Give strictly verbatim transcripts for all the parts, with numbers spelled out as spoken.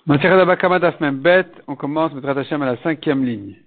On commence B'ezrat Hashem à la cinquième ligne.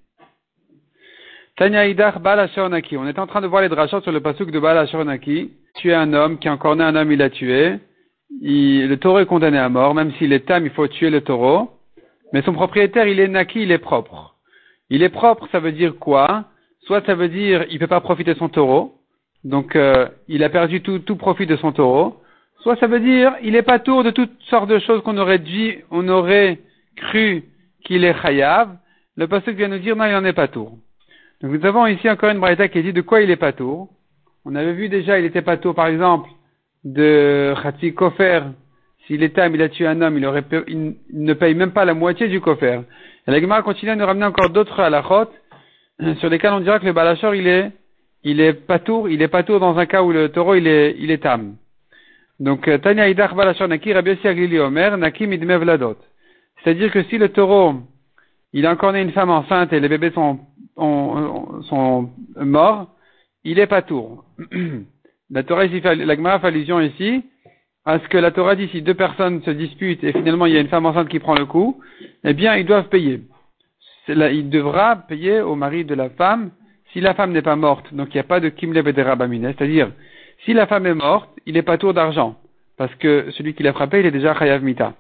Tanya Idach Baal Asher Naki. On est en train de voir les drachot sur le pasuk de Baal Asher Naki. Tuer un homme, qui est encore né un homme, il l'a tué. Il, le taureau est condamné à mort, même s'il est tam, il faut tuer le taureau. Mais son propriétaire, il est Naki, il est propre. Il est propre, ça veut dire quoi? Soit ça veut dire, il peut pas profiter de son taureau. Donc, euh, il a perdu tout, tout profit de son taureau. Soit ça veut dire, il est pas tour de toutes sortes de choses qu'on aurait dit, on aurait cru qu'il est chayav. Le pasuk vient nous dire, non, il n'en est pas tour. Donc nous avons ici encore une braïta qui dit de quoi il est pas tour. On avait vu déjà, il était pas tour, par exemple, de Khatsi Kofer. S'il est tam, il a tué un homme, il aurait, il ne paye même pas la moitié du Kofer. Et la Gemara continue à nous ramener encore d'autres halachot, sur lesquels on dira que le balachor, il est, il est pas tour, il est pas tour dans un cas où le taureau, il est, il est tam. Donc, Tanya Idach Balashor Naki, Rabbi Yossi Aglili Omer, Naki Midme Vladot. C'est-à-dire que si le taureau, il a encore né une femme enceinte et les bébés sont, ont, sont morts, il est pas tour. La Torah ici, la Gemara fait allusion ici, à ce que la Torah dit si deux personnes se disputent et finalement il y a une femme enceinte qui prend le coup, eh bien, ils doivent payer. C'est là, il devra payer au mari de la femme si la femme n'est pas morte. Donc, il n'y a pas de Kimle Bedera Bamine, c'est-à-dire, si la femme est morte, il n'est pas tour d'argent, parce que celui qui l'a frappé, il est déjà chayav mita.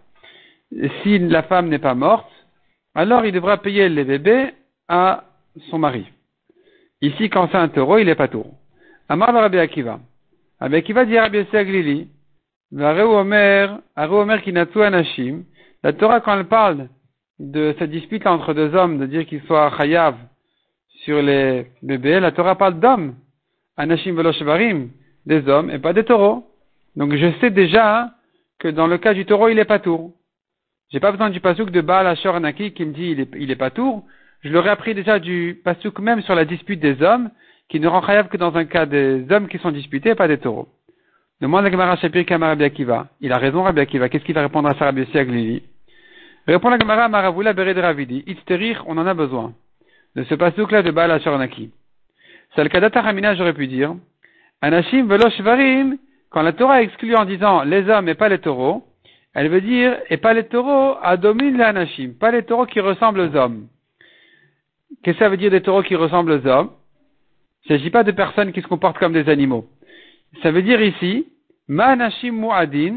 Si la femme n'est pas morte, alors il devra payer les bébés à son mari. Ici, quand c'est un taureau, il n'est pas tour. Amar le Rabbi Akiva. Rabbi Akiva dit Rabbi Yossi Aglili, Vareu Omer, Areu Omer Kinatsu Anashim. La Torah, quand elle parle de cette dispute entre deux hommes, de dire qu'ils soient chayav sur les bébés, la Torah parle d'hommes. Anashim velo shvarim, des hommes et pas des taureaux. Donc je sais déjà que dans le cas du taureau, il est pas tour. J'ai pas besoin du pasuk de Baal Asher Naki qui me dit il est, il est pas tour. Je l'aurais appris déjà du pasuk même sur la dispute des hommes, qui ne rend chayav que dans un cas des hommes qui sont disputés et pas des taureaux. Demande la Gemara Shapir Kamar Rabbi Akiva. Il a raison Rabbi Akiva. Qu'est-ce qu'il va répondre à ça Rabbi Yossi Aglili? Répond la Gemara Maravula Bered Ravidi. Itzterich, on en a besoin. De ce pasuk là de Baal Asher Naki. Salkadat Hamina, j'aurais pu dire. Anashim velo shvarim, quand la Torah exclut en disant les hommes et pas les taureaux, elle veut dire et pas les taureaux, adomin le anashim, pas les taureaux qui ressemblent aux hommes. Qu'est-ce que ça veut dire des taureaux qui ressemblent aux hommes? Il ne s'agit pas de personnes qui se comportent comme des animaux. Ça veut dire ici, ma anashim mu'adin,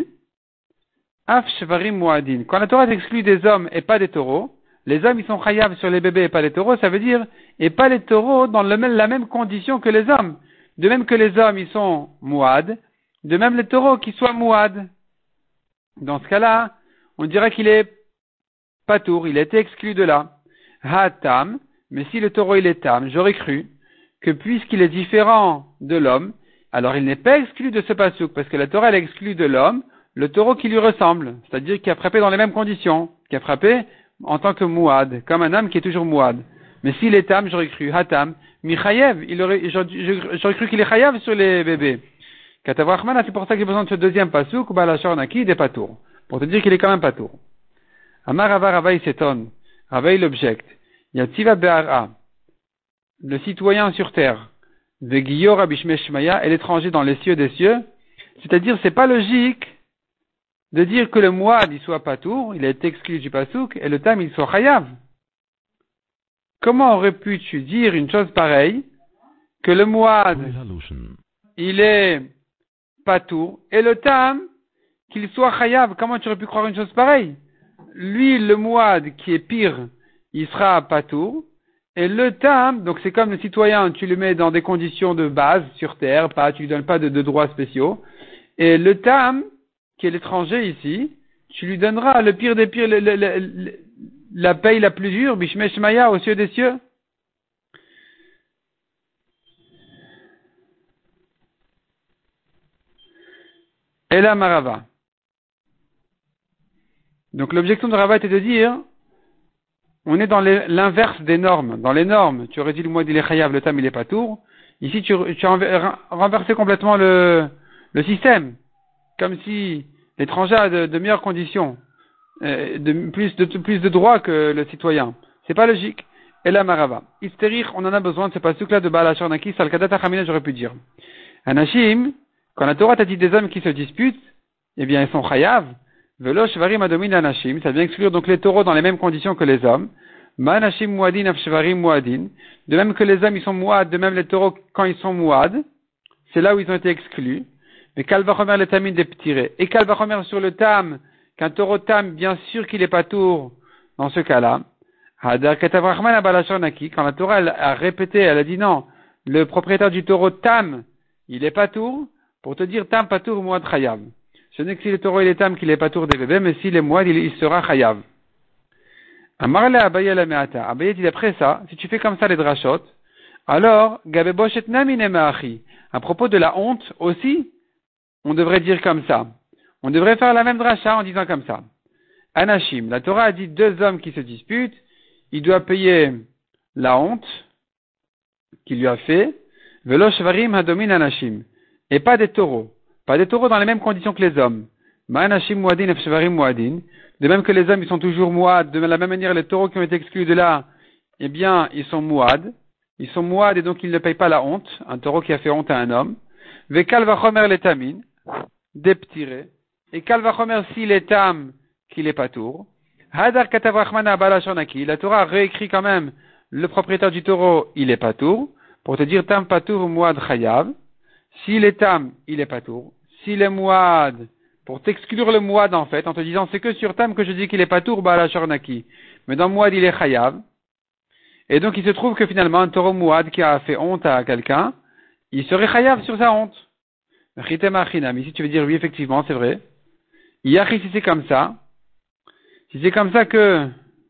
af shvarim mu'adin. Quand la Torah exclut des hommes et pas des taureaux, les hommes ils sont chayav sur les bébés et pas les taureaux, ça veut dire et pas les taureaux dans le même, la même condition que les hommes. De même que les hommes, ils sont mouad, de même les taureaux qui soient mouad. Dans ce cas-là, on dirait qu'il est pas tour, il a été exclu de là. Ha-tam, mais si le taureau il est tam, j'aurais cru que puisqu'il est différent de l'homme, alors il n'est pas exclu de ce pasuk, parce que la Torah elle exclut de l'homme le taureau qui lui ressemble, c'est-à-dire qui a frappé dans les mêmes conditions, qui a frappé en tant que mouad, comme un homme qui est toujours mouad. Mais s'il est tam, j'aurais cru, hatam, michayev, il aurait, j'aurais cru qu'il est chayav sur les bébés. Katavachman, c'est pour ça que j'ai besoin de ce deuxième pasuk, balashor naki, des patours. Pour te dire qu'il est quand même patour. Amar Rava Rava il s'étonne. Rava il objecte. Yativa be'ara. Le citoyen sur terre. Vegiyor abishme shmaya, et l'étranger dans les cieux des cieux. C'est-à-dire, c'est pas logique de dire que le mouad, il soit patour, il a été exclu du pasuk, et le tam, il soit chayav. Comment aurais-tu dire une chose pareille, que le mouad, il est patour, et le tam, qu'il soit chayav? Comment tu aurais pu croire une chose pareille? Lui, le mouad, qui est pire, il sera patour, et le tam, donc c'est comme le citoyen, tu le mets dans des conditions de base, sur terre, pas, tu lui donnes pas de, de droits spéciaux, et le tam, qui est l'étranger ici, tu lui donneras le pire des pires, le, le, le, le, la paye la plus dure, Bishmesh Maya, aux cieux des cieux. Et là, Marava. Donc l'objection de Rava était de dire, on est dans les, l'inverse des normes. Dans les normes, tu aurais dit le mois il est chayav, le tam il est pas tour. Ici, tu, tu as renversé complètement le, le système. Comme si l'étranger a de, de meilleures conditions. De plus de plus de droits que le citoyen. C'est pas logique. Et là, Marava. Hystérique, on en a besoin de ce pasuk-là de Baal Asher Naki, Salkadat Achamina, j'aurais pu dire. Anashim, quand la Torah t'a dit des hommes qui se disputent, eh bien, ils sont chayav. Velo shvarim adomin anashim, ça vient exclure donc les taureaux dans les mêmes conditions que les hommes. Ma anashim muadin af shvarim muadin. De même que les hommes ils sont muad, de même les taureaux quand ils sont muad, c'est là où ils ont été exclus. Mais kalvachomer le tamin des ptirés. Et kalvachomer sur le tam, qu'un taureau tam, bien sûr qu'il est pas tour dans ce cas-là. Hadar katavrachman abalashornaki, quand la Torah elle a répété, elle a dit non, le propriétaire du taureau tam, il est pas tour, pour te dire tam patour muad chayav. Ce n'est que si le taureau il est tam qu'il est patour des bébés, mais s'il est muad, il, il sera chayav. Amarle Abaye la meata. Abaye dit après ça, si tu fais comme ça les drachot, alors gabeboshet namine maachi. À propos de la honte aussi, on devrait dire comme ça. On devrait faire la même dracha en disant comme ça. Anashim, la Torah a dit deux hommes qui se disputent, il doit payer la honte qu'il lui a fait, velo shvarim hadomin anashim, et pas des taureaux, pas des taureaux dans les mêmes conditions que les hommes. Ma anashim muadin et shvarim muadin, de même que les hommes ils sont toujours muad, de la même manière les taureaux qui ont été exclus de là, eh bien ils sont muad, ils sont muad et donc ils ne payent pas la honte, un taureau qui a fait honte à un homme. Vekal vachomer letamin, des ptirés, et kal vachomer si letam qu'il est pas tour. Hadar katavrachmana balashonaki. La Torah réécrit quand même le propriétaire du taureau, il est pas tour. Pour te dire tam patour muad chayav. S'il est tam, il est pas tour. S'il est muad, pour t'exclure le muad en fait, en te disant c'est que sur tam que je dis qu'il est pas tour balashonaki. Mais dans muad il est chayav. Et donc il se trouve que finalement un taureau muad qui a fait honte à quelqu'un, il serait chayav sur sa honte. Chitema chinam. Ici tu veux dire oui effectivement c'est vrai. Yachi si c'est comme ça. Si c'est comme ça que,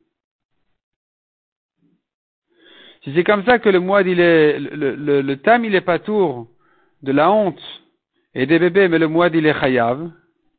si c'est comme ça que le moed il est, le, le, le tam il est pas tour de la honte et des bébés, mais le moed il est chayav.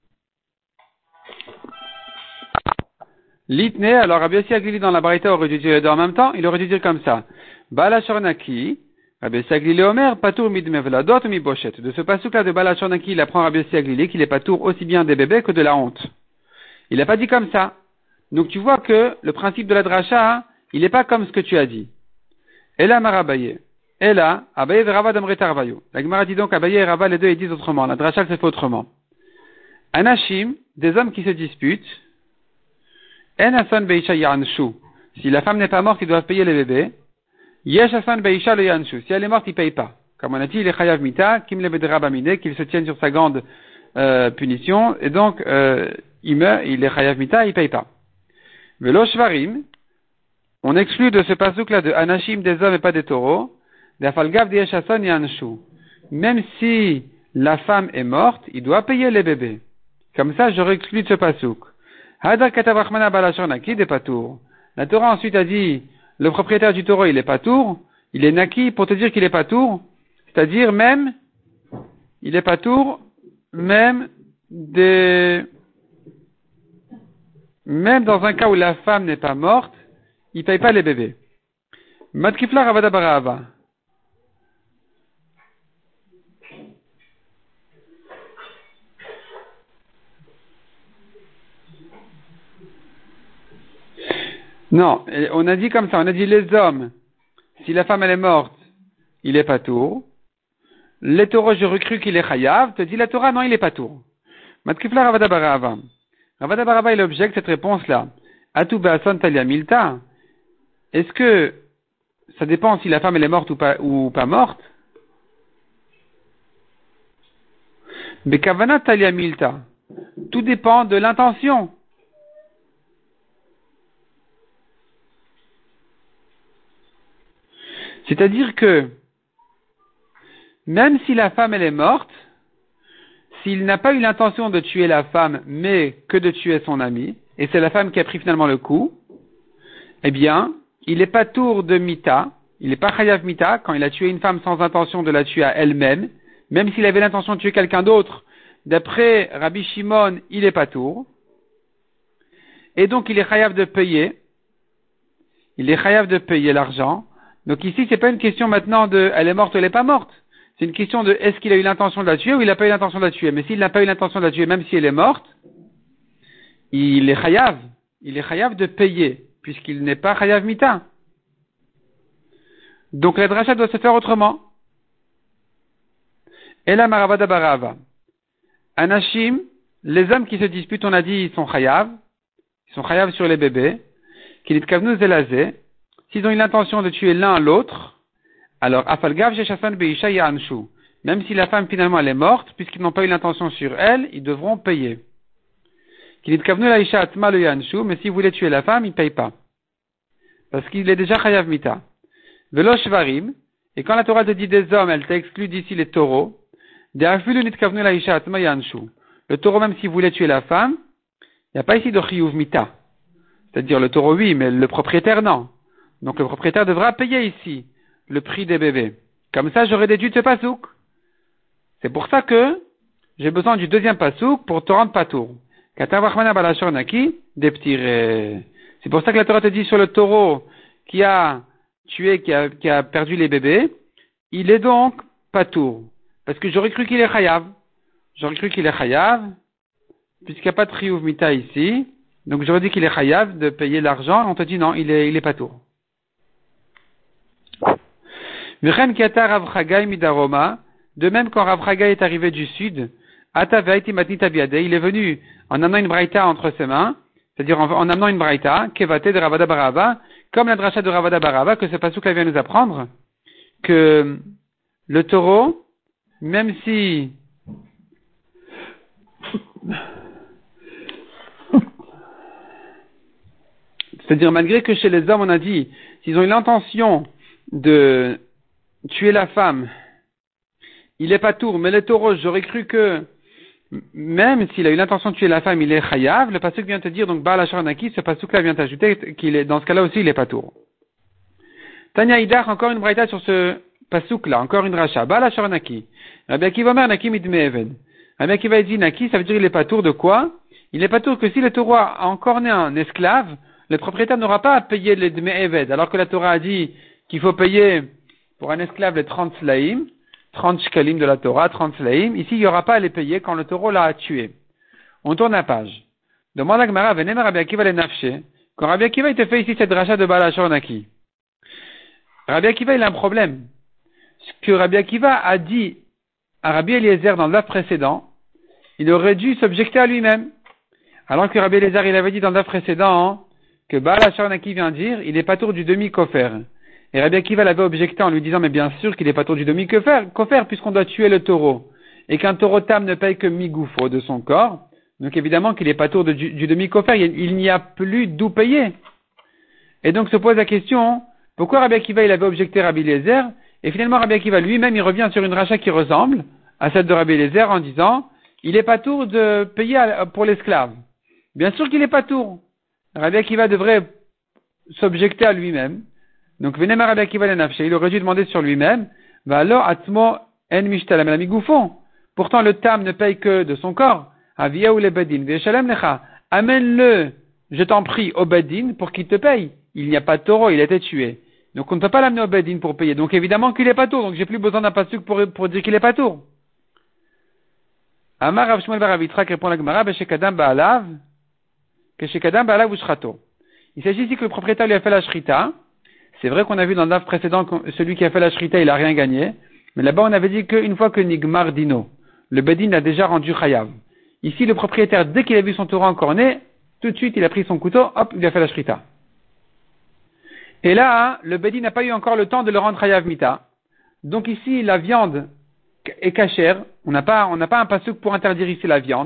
Litne, alors Rabbi Yossi Aglili dans la Braïta aurait dû dire les deux en même temps, il aurait dû dire comme ça. Balashornaki, Rabbi Yossi Aglili Omer, patour midmevladot mi bochet. De ce pasuk là de Balashornaki, il apprend Rabbi Yossi Aglili qu'il est pas tour aussi bien des bébés que de la honte. Il n'a pas dit comme ça. Donc tu vois que le principe de la dracha, il n'est pas comme ce que tu as dit. Et là, Marabaye. Et là, Abaye et Rava d'Amre Tarvayo. La Gemara dit donc Abaye et Rava, les deux, ils disent autrement. La dracha, se fait autrement. Anashim, des hommes qui se disputent. En asan beisha yanshu. Si la femme n'est pas morte, ils doivent payer les bébés. Yesh asan beisha le yanshu. Si elle est morte, ils ne payent pas. Comme on a dit, il est chayav mita, kim le bedra bamine, qu'il se tienne sur sa grande euh, punition. Et donc, euh, il meurt, il est chayav mita, il ne paye pas. Velo shvarim, on exclut de ce pasuk-là de anashim des hommes et pas des taureaux, d'afalgav d'yeshason yanshu. Même si la femme est morte, il doit payer les bébés. Comme ça, je exclus de ce pasuk. Hadar katavrachmana balashornaki des patour. La Torah ensuite a dit, le propriétaire du taureau, il est patour, il est naki pour te dire qu'il est patour, c'est-à-dire même, il est patour, même des, même dans un cas où la femme n'est pas morte, il ne paye pas les bébés. Matkifla Ravada Barahava. Non, on a dit comme ça, on a dit les hommes, si la femme elle est morte, il est pas tour. Les taureaux, je recrue qu'il est chayav, te dit la Torah, non, il est pas tour. Matkifla Ravada Barahava. Ravada Barahava, il objecte cette réponse-là. Atu Be'ason Talia Milta. Est-ce que ça dépend si la femme elle est morte ou pas, ou pas morte? Bekavana Talia Milta. Tout dépend de l'intention. C'est-à-dire que, même si la femme elle est morte, s'il n'a pas eu l'intention de tuer la femme, mais que de tuer son ami, et c'est la femme qui a pris finalement le coup, eh bien, il n'est pas tour de mita, il n'est pas chayav mita, quand il a tué une femme sans intention de la tuer à elle-même, même s'il avait l'intention de tuer quelqu'un d'autre, d'après Rabbi Shimon, il n'est pas tour, et donc il est chayav de payer, il est chayav de payer l'argent. Donc ici, c'est pas une question maintenant de elle est morte ou elle n'est pas morte. C'est une question de est-ce qu'il a eu l'intention de la tuer ou il n'a pas eu l'intention de la tuer. Mais s'il n'a pas eu l'intention de la tuer, même si elle est morte, il est chayav. Il est chayav de payer, puisqu'il n'est pas chayav mita. Donc la dracha doit se faire autrement. Et la maravada barava. Anashim, les hommes qui se disputent, on a dit, ils sont chayav, ils sont chayav sur les bébés, qu'ils itkavnu zelazé, s'ils ont eu l'intention de tuer l'un l'autre, alors, afalgav sheshafan beisha yanshu. Même si la femme finalement elle est morte, puisqu'ils n'ont pas eu l'intention sur elle, ils devront payer. Qu'ils itkavnu la isha atma le yanshu, mais s'ils voulaient tuer la femme, ils ne payent pas. Parce qu'il est déjà chayav mita. Velo shvarim, et quand la Torah te dit des hommes, elle t'exclut d'ici les taureaux, de afilu nitkavnu la isha atma yanshu. Le taureau, même s'il voulait tuer la femme, il n'y a pas ici de chiyuv mita. C'est-à-dire le taureau, oui, mais le propriétaire, non. Donc le propriétaire devra payer ici le prix des bébés. Comme ça, j'aurais déduit de ce pasouk. C'est pour ça que j'ai besoin du deuxième pasouk pour te rendre patour. C'est pour ça que la Torah te dit sur le taureau qui a tué, qui a, qui a perdu les bébés, il est donc patour. Parce que j'aurais cru qu'il est chayav. J'aurais cru qu'il est chayav, puisqu'il n'y a pas de chiyuv mita ici. Donc j'aurais dit qu'il est chayav de payer l'argent. On te dit non, il est, il est patour. De même, quand Rav Chagai est arrivé du sud, il est venu en amenant une braïta entre ses mains, c'est-à-dire en, en amenant une braïta, kevate de Ravada Barava, comme la dracha de Ravada Barava, que ce pasouk vient nous apprendre, que le taureau, même si c'est-à-dire malgré que chez les hommes on a dit, s'ils ont eu l'intention de tuer la femme, il est pas tour, mais le taureau, j'aurais cru que même s'il a eu l'intention de tuer la femme, il est chayav. Le pasuk vient te dire, donc Baal Asharonaki, ce pasuk-là vient t'ajouter qu'il est, dans ce cas-là aussi, il est pas tour. Tanya Idach, encore une braïta sur ce pasuk-là, encore une racha. Baal Asharonaki. Rabbi Akiva Omer Naki midme even. Rabbi Akiva dit Naki, ça veut dire il est pas tour de quoi? Il est pas tour que si le taureau a encore né un esclave, le propriétaire n'aura pas à payer les dme eved, alors que la Torah a dit qu'il faut payer pour un esclave les trente slaim, trente shkalim de la Torah, trente slaim. Ici, il n'y aura pas à les payer quand le taureau l'a tué. On tourne la page. Demande à Gemara, venez Rabbi Akiva le nafshe. Quand Rabbi Akiva, il te fait ici cette dracha de Baal Ashornaki. Rabbi Akiva, il a un problème. Ce que Rabbi Akiva a dit à Rabbi Eliezer dans le daf précédent, il aurait dû s'objecter à lui-même. Alors que Rabbi Eliezer, il avait dit dans le daf précédent que Baal Ashornaki vient dire, il est pas tour du demi-kofer. Et Rabbi Akiva l'avait objecté en lui disant, mais bien sûr qu'il n'est pas tour du demi-kofer, puisqu'on doit tuer le taureau. Et qu'un taureau tam ne paye que mi-goufo de son corps. Donc évidemment qu'il n'est pas tour de, du, du demi-kofer, il, il n'y a plus d'où payer. Et donc se pose la question, pourquoi Rabbi Akiva il avait objecté Rabbi Eliezer, et finalement Rabbi Akiva lui-même il revient sur une rachat qui ressemble à celle de Rabbi Eliezer en disant, il n'est pas tour de payer à, pour l'esclave. Bien sûr qu'il n'est pas tour. Rabbi Akiva devrait s'objecter à lui-même. Donc, Venema Rabbi Akiva le nafshe, il aurait dû demander sur lui-même, va alors atmo en mishtalam la migoufon. Pourtant, le tam ne paye que de son corps. Avia ou le bedin, veshalem lecha. Amène-le, je t'en prie, au bedin pour qu'il te paye. Il n'y a pas de taureau, il a été tué. Donc, on ne peut pas l'amener au bedin pour payer. Donc, évidemment qu'il n'est pas tour. Donc, j'ai plus besoin d'un pasuk pour, pour dire qu'il n'est pas tour. Amar Rav Shmuel bar Avitrak répond la Gemara, Beshekadam ba'alav, que Shekadam ba'alav ushrato. Il s'agit ici que le propriétaire lui a fait la shrita. C'est vrai qu'on a vu dans le daf précédent que celui qui a fait la shrita, il a rien gagné. Mais là-bas, on avait dit qu'une fois que Nigmar Dino, le bedin a déjà rendu chayav. Ici, le propriétaire, dès qu'il a vu son taureau encore né, tout de suite, il a pris son couteau, hop, il a fait la shrita. Et là, le bedin n'a pas eu encore le temps de le rendre chayav mita. Donc ici, la viande est cachère. On n'a pas, on n'a pas un pasuk pour interdire ici la viande.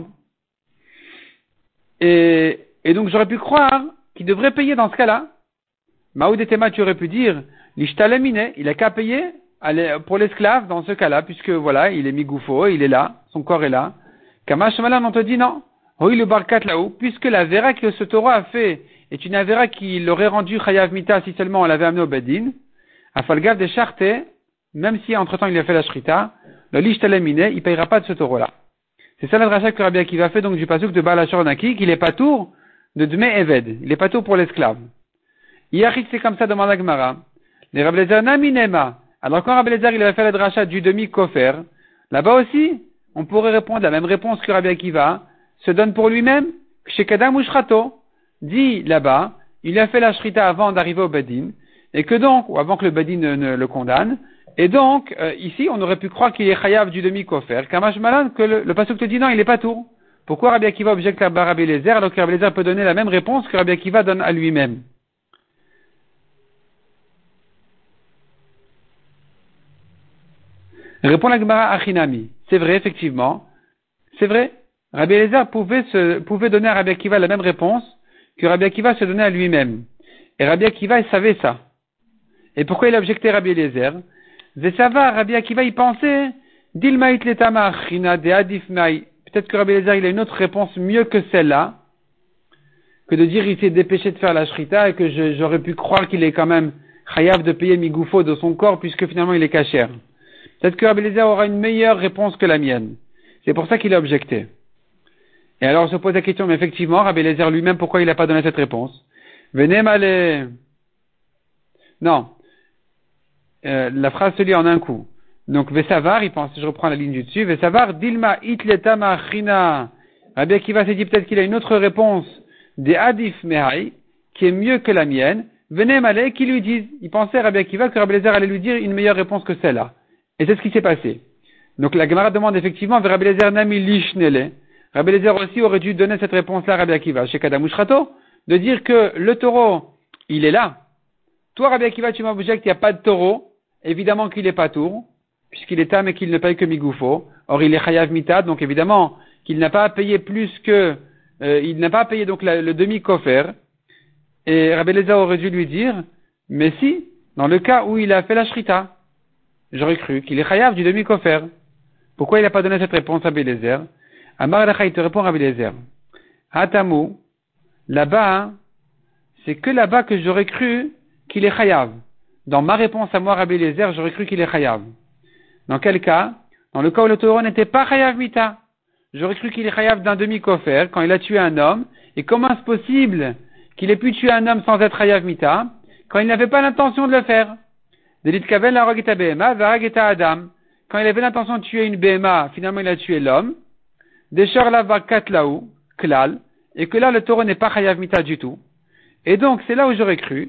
Et, et donc, j'aurais pu croire qu'il devrait payer dans ce cas-là. Maoud et Tema, tu aurais pu dire, l'ishtalemine, il a qu'à payer pour l'esclave dans ce cas-là, puisque voilà, il est migoufo, il est là, son corps est là. Kamash Malan, on te dit non. Oui, le barkat là-haut, puisque la vera que ce taureau a fait est une avera qui l'aurait rendu chayav mita si seulement on l'avait amené au bedin. Afalgav de charte, même si entre temps il a fait la shrita, le l'ishtalemine, il payera pas de ce taureau-là. C'est ça la dracha que Rabbi Akiva fait donc du pasuk de Baal Ashornaki, qu'il est pas tour de Dme Eved, il est pas tour pour l'esclave. Yachid, c'est comme ça, demande la Gemara. Les Rabbi Eliezer naminema. Alors quand Rabbi Eliezer, il avait fait la dracha du demi-kofer, là-bas aussi, on pourrait répondre la même réponse que Rabbi Akiva, se donne pour lui-même, chez Kadam ou Shrato, dit là-bas, il a fait la shrita avant d'arriver au Bedin, et que donc, ou avant que le Bedin ne, ne le condamne, et donc, euh, ici, on aurait pu croire qu'il est chayav du demi-kofer, Kamash Malan, que le, le pasuk te dit non, il est pas tour. Pourquoi Rabbi Akiva objecte à Rabbi Eliezer alors que Rabbi Eliezer peut donner la même réponse que Rabbi Akiva donne à lui-même? Répond la Gemara Achinami. C'est vrai, effectivement. C'est vrai. Rabbi Eliezer pouvait, se, pouvait donner à Rabbi Akiva la même réponse que Rabbi Akiva se donnait à lui-même. Et Rabbi Akiva, il savait ça. Et pourquoi il a objecté Rabbi Eliezer? Zesava, Rabbi Akiva, il pensait, Dilmaït letama achina de adif maï. Peut-être que Rabbi Eliezer, il a une autre réponse mieux que celle-là, que de dire il s'est dépêché de faire la shrita et que je, j'aurais pu croire qu'il est quand même chayav de payer migoufo de son corps puisque finalement il est kasher. Peut-être que Rabbi Eliezer aura une meilleure réponse que la mienne. C'est pour ça qu'il a objecté. Et alors on se pose la question, mais effectivement, Rabbi Eliezer lui-même, pourquoi il n'a pas donné cette réponse? Venez m'aller. Non. Euh, la phrase se lit en un coup. Donc, Vesavar, il pense, je reprends la ligne du dessus, Vesavar, Dilma, Itletama, China. Rabbi Akiva s'est dit peut-être qu'il a une autre réponse des Adif Mehai, qui est mieux que la mienne. Venez m'aller, qui lui disent. Il pensait, Rabbi Akiva, que Rabbi Eliezer allait lui dire une meilleure réponse que celle-là. Et c'est ce qui s'est passé. Donc, la Gemara demande effectivement, Rabbi Eliezer Nami Lishnele. Rabbi Eliezer aussi aurait dû donner cette réponse-là à Rabbi Akiva, chez Kadamushrato, de dire que le taureau, il est là. Toi, Rabbi Akiva, tu m'objectes, il n'y a pas de taureau. Évidemment qu'il est pas tour, puisqu'il est tam et qu'il ne paye que migoufo. Or, il est chayav mitad, donc évidemment qu'il n'a pas à payer plus que, euh, il n'a pas à payer donc la, le demi-kofer. Et Rabbi Eliezer aurait dû lui dire, mais si, dans le cas où il a fait la shrita, j'aurais cru qu'il est chayav du demi-kofer. Pourquoi il n'a pas donné cette réponse à Rabbi Eliezer? Amar Lacha, il te répond Rabbi Eliezer. Hatamu, là-bas, hein, c'est que là-bas que j'aurais cru qu'il est chayav. Dans ma réponse à moi, Rabbi Eliezer, j'aurais cru qu'il est chayav. Dans quel cas? Dans le cas où le taureau n'était pas chayav mita. J'aurais cru qu'il est chayav d'un demi-kofer quand il a tué un homme. Et comment est-ce possible qu'il ait pu tuer un homme sans être chayav mita quand il n'avait pas l'intention de le faire? Delit kavel la rogeta behema, varageta adam. Quand il avait l'intention de tuer une behema, finalement il a tué l'homme. Deshor la vakat laou, klal. Et que là, le taureau n'est pas chayav mita du tout. Et donc, c'est là où j'aurais cru.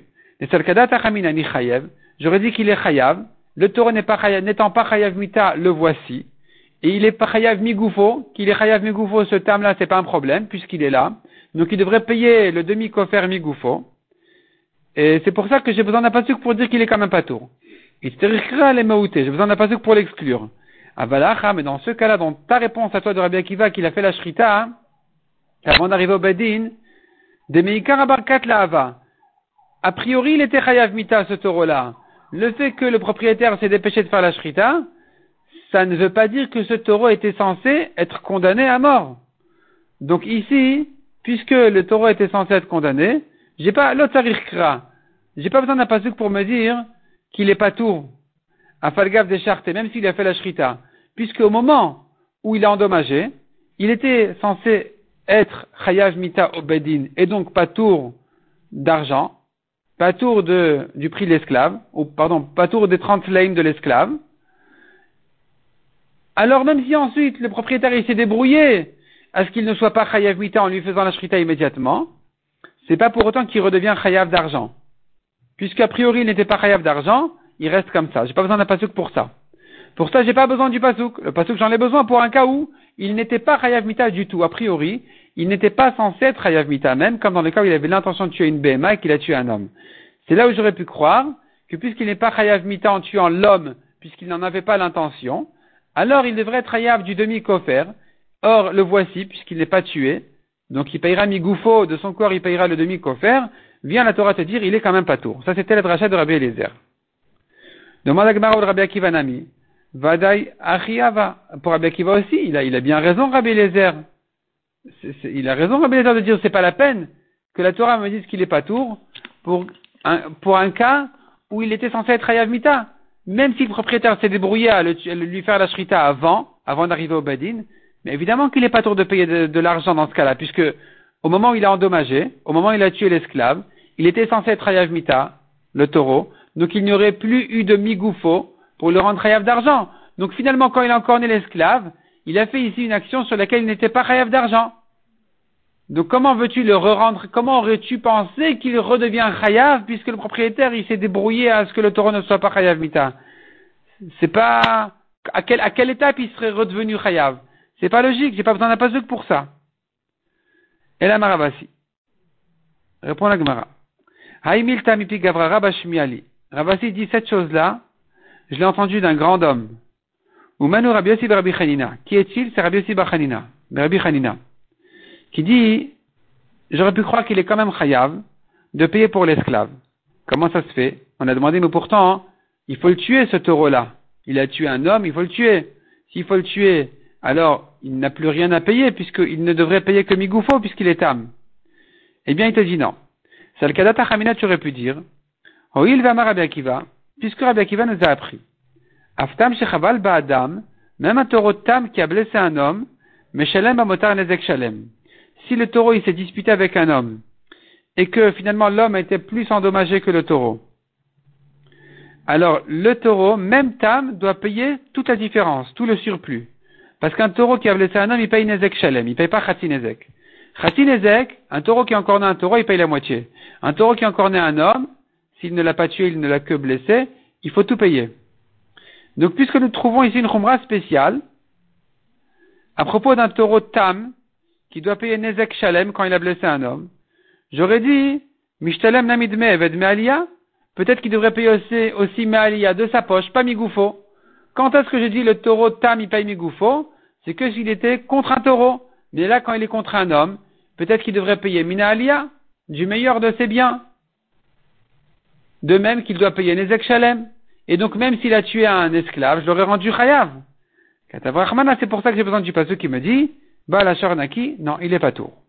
J'aurais dit qu'il est chayav. Le taureau n'est pas chayav, n'étant pas chayav mita, le voici. Et il est pas chayav migoufo, qu'il est chayav migoufo, ce tam-là, c'est pas un problème, puisqu'il est là. Donc il devrait payer le demi-kofer migoufo. Et c'est pour ça que j'ai besoin d'un pasuk pour dire qu'il est quand même pas tour. J'ai besoin d'un pasuk pour l'exclure. Avalacha, mais dans ce cas-là, dans ta réponse à toi de Rabbi Akiva, qu'il a fait la shrita, avant d'arriver au Bedin, de Meikar Abarkat Lahava. A priori, il était chayav mita, ce taureau-là. Le fait que le propriétaire s'est dépêché de faire la shrita, ça ne veut pas dire que ce taureau était censé être condamné à mort. Donc ici, puisque le taureau était censé être condamné, j'ai pas l'otsarichkra. J'ai pas besoin d'un pasuk pour me dire qu'il est pas tour. À falgav des chartes, même s'il a fait la shrita. Puisque au moment où il a endommagé, il était censé être chayav mita au bedin, et donc pas tour d'argent, pas tour de, du prix de l'esclave, ou pardon, pas tour des trente laïms de l'esclave. Alors même si ensuite le propriétaire il s'est débrouillé à ce qu'il ne soit pas chayav mita en lui faisant la shrita immédiatement, c'est pas pour autant qu'il redevient chayav d'argent. Puisqu'a priori il n'était pas chayav d'argent, il reste comme ça. J'ai pas besoin d'un pasuk pour ça. Pour ça, j'ai pas besoin du pasuk. Le pasuk, j'en ai besoin pour un cas où il n'était pas chayav mita du tout. A priori, il n'était pas censé être chayav mita, même comme dans le cas où il avait l'intention de tuer une béma et qu'il a tué un homme. C'est là où j'aurais pu croire que puisqu'il n'est pas chayav mita en tuant l'homme, puisqu'il n'en avait pas l'intention, alors il devrait être chayav du demi-kofer. Or, le voici, puisqu'il n'est pas tué. Donc, il payera migoufo, de son corps, il payera le demi-kofer. Vient la Torah te dire, il est quand même pas tour. Ça, c'était la dracha de Rabbi Eliezer. Demande à Gemara de Rabbi Akiva Nami. Vadaï Achiava. Pour Rabbi Akiva aussi, il a, il a bien raison, Rabbi Eliezer. C'est, c'est, il a raison, Rabbi Eliezer, de dire, c'est pas la peine que la Torah me dise qu'il est pas tour pour un, pour un cas où il était censé être Hayav Mita. Même si le propriétaire s'est débrouillé à, le, à lui faire la shrita avant, avant d'arriver au Badin, mais évidemment qu'il n'est pas tour de payer de, de l'argent dans ce cas-là, puisque au moment où il a endommagé, au moment où il a tué l'esclave, il était censé être Hayav Mita, le taureau, donc il n'y aurait plus eu de migoufo pour le rendre Hayav d'argent. Donc finalement, quand il a encore né l'esclave, il a fait ici une action sur laquelle il n'était pas Hayav d'argent. Donc comment veux-tu le re-rendre, comment aurais-tu pensé qu'il redevient Hayav puisque le propriétaire il s'est débrouillé à ce que le taureau ne soit pas Hayav Mita? C'est pas, à quelle, à quelle étape il serait redevenu Hayav? C'est pas logique, j'ai pas besoin d'un pasuk pour ça. Et la Maravasi. Répond la Gemara. Haïmil tamipi gavra rabashmiali. Ravasi dit cette chose-là, je l'ai entendu d'un grand homme. Ou manu Rabbi Yossi Rabbi Chanina. Qui est-il? C'est Rabbi Yossi Chanina. Rabbi Chanina. Qui dit, j'aurais pu croire qu'il est quand même chayav de payer pour l'esclave. Comment ça se fait? On a demandé, mais pourtant, il faut le tuer, ce taureau-là. Il a tué un homme, il faut le tuer. S'il faut le tuer, alors il n'a plus rien à payer, puisqu'il ne devrait payer que migoufo, puisqu'il est âme. Eh bien, il te dit non. C'est le kadata chamina, tu aurais pu dire. Oh, il va ma Rabbi Akiva, puisque Rabbi Akiva nous a appris. Aftam shechaval ba'adam, même un taureau de tam qui a blessé un homme, meshalem amotar nezek shalem. Si le taureau, il s'est disputé avec un homme, et que finalement l'homme a été plus endommagé que le taureau, alors le taureau, même tam, doit payer toute la différence, tout le surplus. Parce qu'un taureau qui a blessé un homme, il paye nezek shalem, il paye pas chati nezek. Chati nezek, un taureau qui a encore né un taureau, il paye la moitié. Un taureau qui a encore né un homme, s'il ne l'a pas tué, il ne l'a que blessé, il faut tout payer. Donc puisque nous trouvons ici une khumra spéciale, à propos d'un taureau tam, qui doit payer nezek shalem quand il a blessé un homme, j'aurais dit, mishtalem namidme eved me'aliyah, peut-être qu'il devrait payer aussi, aussi me'aliyah de sa poche, pas migoufo. Quand est-ce que j'ai dit le taureau tam, il paye migoufo? C'est que s'il était contre un taureau. Mais là, quand il est contre un homme, peut-être qu'il devrait payer mina aliyah, du meilleur de ses biens. De même qu'il doit payer nezek shalem. Et donc, même s'il a tué un esclave, je l'aurais rendu chayav. Katavrachmana, c'est pour ça que j'ai besoin du passage qui me dit, Baal Ashar Naki, non, il est pas tour.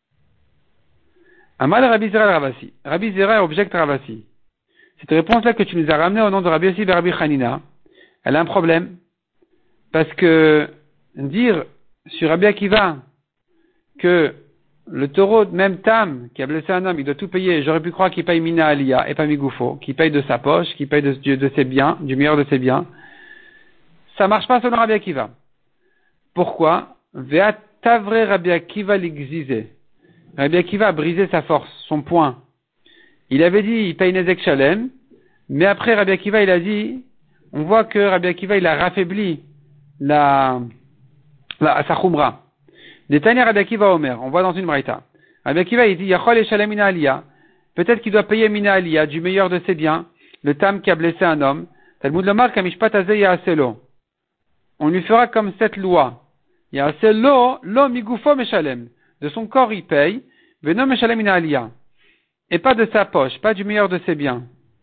Amal Rabbi Zera Ravasi. Rabbi Zera objecte Ravasi. Cette réponse-là que tu nous as ramenée au nom de Rabbi Yossi et Rabbi Chanina, elle a un problème. Parce que dire sur Rabbi Akiva que le taureau, même tam, qui a blessé un homme, il doit tout payer, j'aurais pu croire qu'il paye mina aliyah et pas migoufo, qu'il paye de sa poche, qu'il paye de, de, de ses biens, du meilleur de ses biens. Ça marche pas selon Rabbi Akiva. Pourquoi? Ve'at tavre Rabbi Akiva l'ixizé. Rabbi Akiva a brisé sa force, son poing. Il avait dit, il paye nezek shalem, mais après Rabbi Akiva, il a dit, on voit que Rabbi Akiva, il a raffaibli la, la, sa khumra. Détaillé Rabbi Akiva Omer, on voit dans une braïta. Rabbi Akiva, il dit, Yachol et shalem mina aliyah. Peut-être qu'il doit payer mina aliyah, du meilleur de ses biens, le tam qui a blessé un homme. Talmud lomar kamishpat azeh ya'aselo. On lui fera comme cette loi. Ya'aselo, lo migufo meshalem. De son corps, il paye, venom meshalem mina aliyah. Et pas de sa poche, pas du meilleur de ses biens.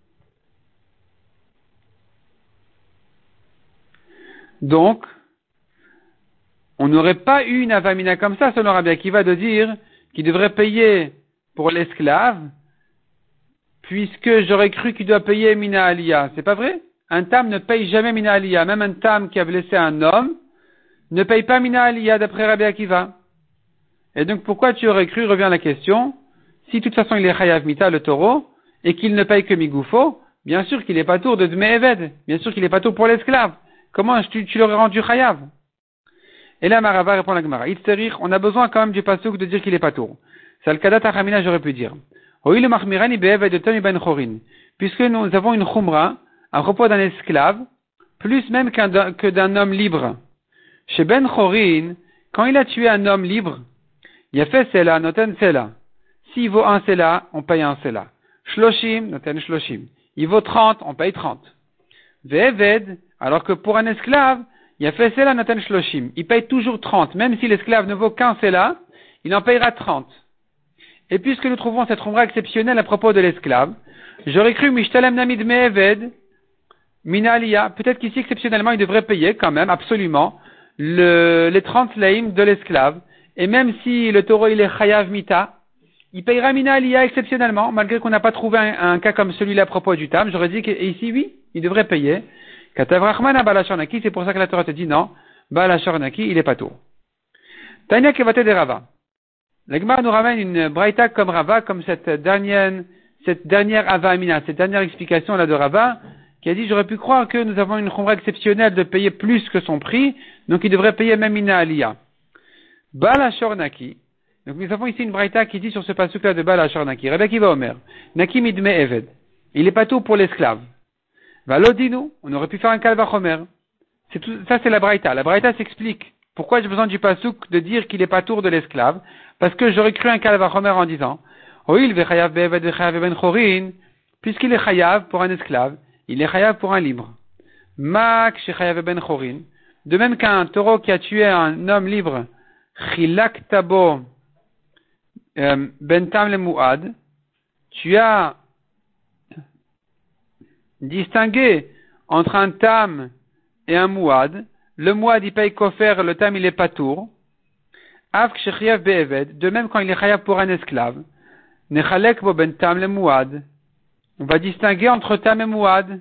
Donc, on n'aurait pas eu une avamina comme ça, selon Rabbi Akiva, de dire qu'il devrait payer pour l'esclave, puisque j'aurais cru qu'il doit payer mina aliyah. C'est pas vrai? Un tam ne paye jamais mina aliyah. Même un tam qui a blessé un homme ne paye pas mina aliyah d'après Rabbi Akiva. Et donc, pourquoi tu aurais cru, revient la question, si de toute façon il est chayav mita, le taureau, et qu'il ne paye que migoufo, bien sûr qu'il n'est pas tour de dmei eved, bien sûr qu'il n'est pas tour pour l'esclave. Comment tu, tu l'aurais rendu chayav? Et là, Marava répond à la Gemara. Itzerir, on a besoin quand même du pasuk de dire qu'il est pas tour. C'est le kadat achamina, j'aurais pu dire. Oïl machmirani be'eved de toni ben chorin. Puisque nous avons une chumra, à propos d'un esclave, plus même qu'un, que d'un homme libre. Chez ben chorin, quand il a tué un homme libre, il a fait cela, noten cela. S'il vaut un cela, on paye un cela. Shloshim, noten shloshim. Il vaut trente, on paye trente. Ve'eved, alors que pour un esclave, il a fait cela, noten shloshim. Il paye toujours trente. Même si l'esclave ne vaut qu'un cela, il en payera trente. Et puisque nous trouvons cette chumra exceptionnelle à propos de l'esclave, j'aurais cru mishtalem namid me'eved, mina aliyah. Peut-être qu'ici, exceptionnellement, il devrait payer quand même, absolument, le, les trente laïm de l'esclave. Et même si le taureau, il est chayav mita, il payera mina aliyah exceptionnellement, malgré qu'on n'a pas trouvé un, un cas comme celui-là à propos du tam. J'aurais dit qu'ici, oui, il devrait payer. Katavrachman a Baal Ashar Naki, c'est pour ça que la Torah te dit non, Baal Ashar Naki, il est pas tout. Tanya Kevate de Rava. La Gemara nous ramène une braïta comme Rava, comme cette dernière, cette dernière Ava Amina, cette dernière explication là de Rava, qui a dit, j'aurais pu croire que nous avons une chumra exceptionnelle de payer plus que son prix, donc il devrait payer même mina aliyah. Baal Ashar Naki. Donc nous avons ici une braïta qui dit sur ce pasuk là de Baal Ashar Naki. Rabbi Akiva Omer. Naki midme eved. Il est pas tout pour l'esclave. Valodinu, on aurait pu faire un kalvachomer. C'est tout, ça c'est la braïta. La braïta s'explique Pourquoi j'ai besoin du pasouk de dire qu'il est pas tour de l'esclave? Parce que j'aurais cru un kalvachomer en disant, Oil vechayav be'eved vechayav ben chorin, puisqu'il est chayav pour un esclave, il est chayav pour un libre. Mak shechayav ben chorin, de même qu'un taureau qui a tué un homme libre, chilak tabo ben tam le muad, tu as distingué entre un tam et un muad. Le muad il paye kofer, le tam il est patour. Avk shechayav be'eved, de même quand il est chayav pour un esclave, nechalek bo ben tam le muad. On va distinguer entre tam et muad.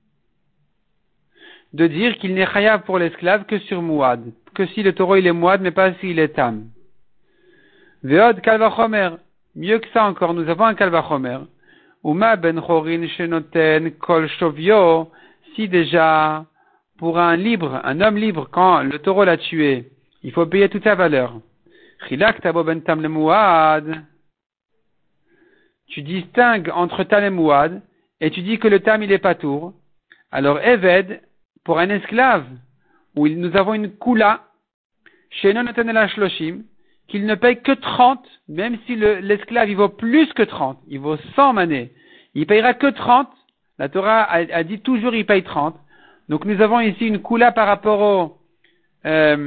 De dire qu'il n'est chayav pour l'esclave que sur muad, que si le taureau il est muad, mais pas s'il est tam. Veod kalvachomer, mieux que ça encore, nous avons un kalvachomer. Uma ben chorin shenoten kol shovio, si déjà, pour un libre, un homme libre, quand le taureau l'a tué, il faut payer toute sa valeur. Chilak tabo ben tam le muad. Tu distingues entre tam et muad, et tu dis que le tam il est patour. Alors eved, pour un esclave, où nous avons une kula, chez Nonotanela Shloshim, qu'il ne paye que trente, même si le, l'esclave il vaut plus que trente, il vaut cent manées, il payera que trente, la Torah a, a dit toujours il paye trente, donc nous avons ici une kula par rapport au, euh,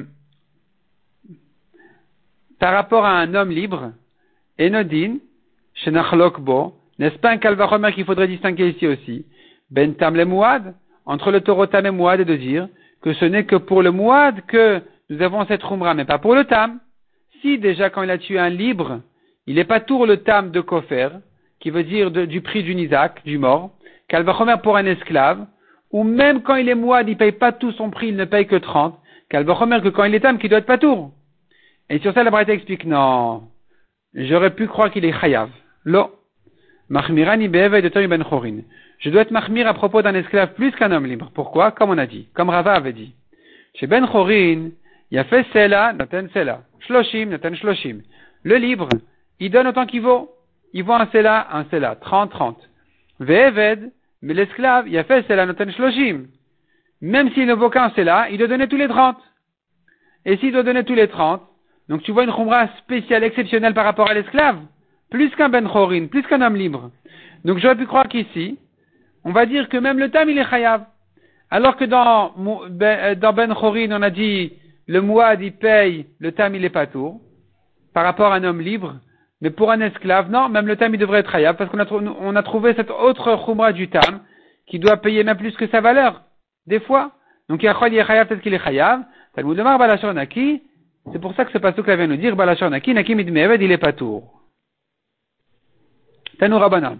par rapport à un homme libre, Enodin, Shenachlokbo, n'est-ce pas un kalvachomer qu'il faudrait distinguer ici aussi, Ben Tam le Muad, entre le taureau tam et muad, et de dire que ce n'est que pour le muad que nous avons cette khumra, mais pas pour le tam. Si déjà quand il a tué un libre, il n'est pas tour le tam de kofer, qui veut dire de, du prix du nizak, du mort, kalvachomer pour un esclave, ou même quand il est muad, il paye pas tout son prix, il ne paye que trente, kalvachomer que quand il est tam, qu'il doit être pas tour. Et sur ça, la Braïta explique, non, j'aurais pu croire qu'il est chayav. Lo, machmirani be'eved de Tori ben chorin. Je dois être mahmir à propos d'un esclave plus qu'un homme libre. Pourquoi? Comme on a dit. Comme Rava avait dit. Chez Ben Chorin, il a fait Sela, Naten Sela. Shloshim, Naten Shloshim. Le libre, il donne autant qu'il vaut. Il vaut un Sela, un Sela. trente, trente. Ve'eved, mais l'esclave, il a fait Sela, Naten Shloshim. Même s'il ne vaut qu'un Sela, il doit donner tous les trente. Et s'il doit donner tous les trente, donc tu vois une khumra spéciale, exceptionnelle par rapport à l'esclave. Plus qu'un Ben Chorin, plus qu'un homme libre. Donc j'aurais pu croire qu'ici, on va dire que même le tam il est chayav. Alors que dans, dans Ben Chorin on a dit le muad il paye, le tam il est pas tour. Par rapport à un homme libre. Mais pour un esclave, non, même le tam il devrait être chayav. Parce qu'on a, on a trouvé cette autre khumra du tam qui doit payer même plus que sa valeur. Des fois. Donc il y a il est chayav, peut-être qu'il est chayav. Talmud Omar Balashor Naki. C'est pour ça que ce pasuk là vient nous dire Balashor Naki, Naki midmeved il est pas tour. Tanou Rabbanan.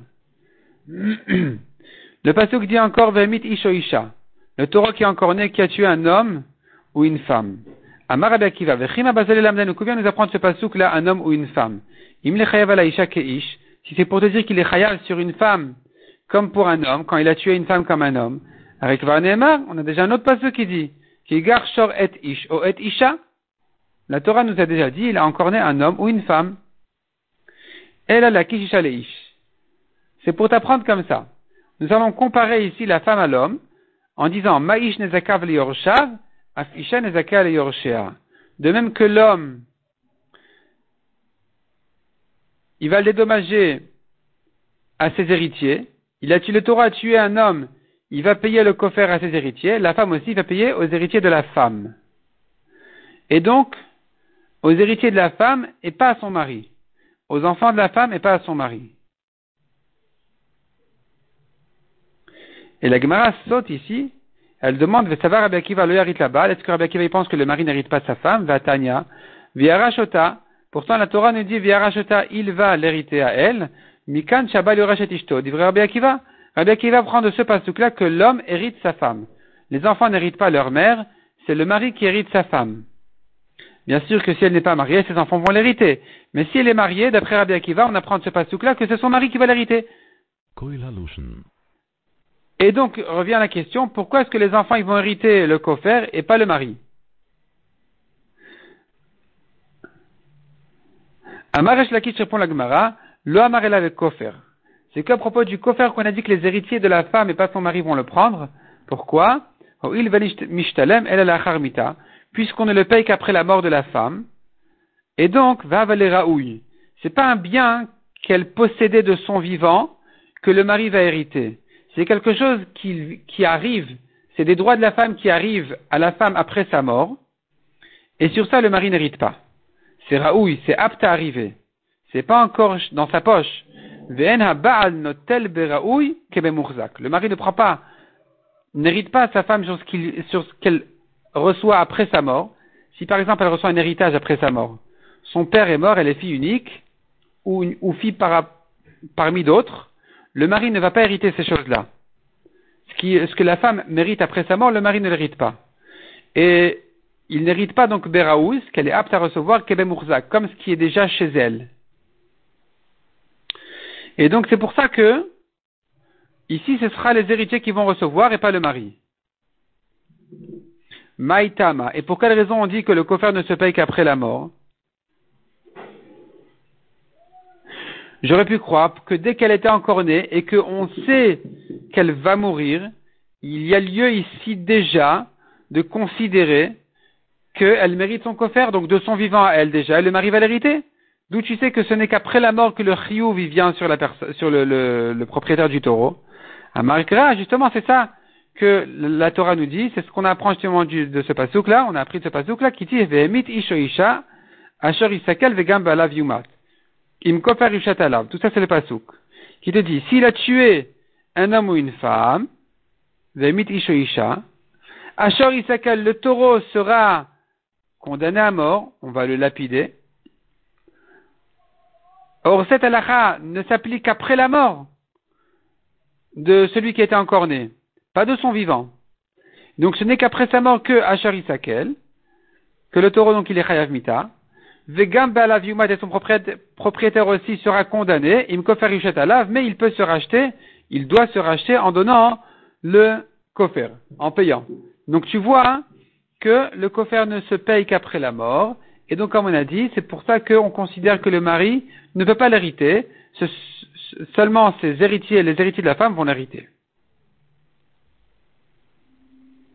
Le pasuk dit encore Vemit Isho Isha, le taureau qui est encore né, qui a tué un homme ou une femme. Amar Rabbi Akiva, Vechima Bazal Lamdan, combien nous apprendre ce pasuk là, un homme ou une femme? Im le chayav ala Isha keish, si c'est pour te dire qu'il est chayav sur une femme comme pour un homme, quand il a tué une femme comme un homme. Avec Varneemar, on a déjà un autre pasuk qui dit Ki gar shor et ish o et isha. La Torah nous a déjà dit, il a encore né un homme ou une femme. Elle a la kishisha leish. C'est pour t'apprendre comme ça. Nous allons comparer ici la femme à l'homme en disant Ma'ish nezakav le yorshav, af isha nezaka le yorshea. De même que l'homme, il va le dédommager à ses héritiers. Il a tué, le Torah a tué un homme, il va payer le kofer à ses héritiers. La femme aussi va payer aux héritiers de la femme. Et donc, aux héritiers de la femme et pas à son mari. Aux enfants de la femme et pas à son mari. Et la Gemara saute ici, elle demande, Vesavar Rabbi Akiva lo yarit là-bas, est-ce que Rabbi Akiva pense que le mari n'hérite pas sa femme? Vatania, Viarashota, pourtant la Torah nous dit, Viarashota, il va l'hériter à elle, Mikan Shabal Yorashet Ishto, dit Rabbi Akiva. Rabbi Akiva prend de ce pasuk-là que l'homme hérite sa femme. Les enfants n'héritent pas leur mère, c'est le mari qui hérite sa femme. Bien sûr que si elle n'est pas mariée, ses enfants vont l'hériter. Mais si elle est mariée, d'après Rabbi Akiva, on apprend de ce pasuk-là que c'est son mari qui va l'hériter. Et donc, revient la question, pourquoi est-ce que les enfants ils vont hériter le kofer et pas le mari? Amaresh Lakish répond la Gemara, lo amarela avec kofer. C'est qu'à propos du kofer qu'on a dit que les héritiers de la femme et pas son mari vont le prendre. Pourquoi? puisqu'on ne le paye qu'après la mort de la femme. Et donc, va valer raouille. C'est pas un bien qu'elle possédait de son vivant que le mari va hériter. C'est quelque chose qui, qui arrive, c'est des droits de la femme qui arrivent à la femme après sa mort. Et sur ça, le mari n'hérite pas. C'est raouille, c'est apte à arriver. C'est pas encore dans sa poche. Le mari ne prend pas, n'hérite pas sa femme sur ce, qu'il, sur ce qu'elle reçoit après sa mort. Si par exemple elle reçoit un héritage après sa mort, son père est mort, elle est fille unique, ou, ou fille par, parmi d'autres, le mari ne va pas hériter ces choses-là. Ce, qui, ce que la femme mérite après sa mort, le mari ne l'hérite pas. Et il n'hérite pas donc Beraouz, qu'elle est apte à recevoir Kebemourzak, comme ce qui est déjà chez elle. Et donc c'est pour ça que, ici ce sera les héritiers qui vont recevoir et pas le mari. Maïtama. Et pour quelle raison on dit que le kofer ne se paye qu'après la mort? J'aurais pu croire que dès qu'elle était encore née et qu'on sait qu'elle va mourir, il y a lieu ici déjà de considérer qu'elle mérite son kofer, donc de son vivant à elle déjà, et le mari va l'hériter. D'où tu sais que ce n'est qu'après la mort que le chiyuv vient sur, la perso- sur le, le, le propriétaire du taureau. À Markra, justement, c'est ça que la Torah nous dit, c'est ce qu'on apprend justement du, de ce pasouk-là, on a appris de ce pasouk-là, qui dit, Vehemit isho isha, asher isakel vegam balav yumat. Im kofer yushat alav. Tout ça, c'est le pasouk. Qui te dit, s'il a tué un homme ou une femme, Vehemit isho isha, asher isakel, le taureau sera condamné à mort, on va le lapider. Or, cette halakha ne s'applique qu'après la mort de celui qui était encore né, pas de son vivant. Donc, ce n'est qu'après sa mort que Asher Isakel, que le taureau, donc, il est Chayav Mita, Vegam Ba'alav Yumat et son propriétaire aussi sera condamné, Im Kofer Yushet Alav, mais il peut se racheter, il doit se racheter en donnant le Kofer, en payant. Donc, tu vois hein, que le Kofer ne se paye qu'après la mort, et donc, comme on a dit, c'est pour ça qu'on considère que le mari ne peut pas l'hériter. Ce, seulement ses héritiers, les héritiers de la femme vont l'hériter.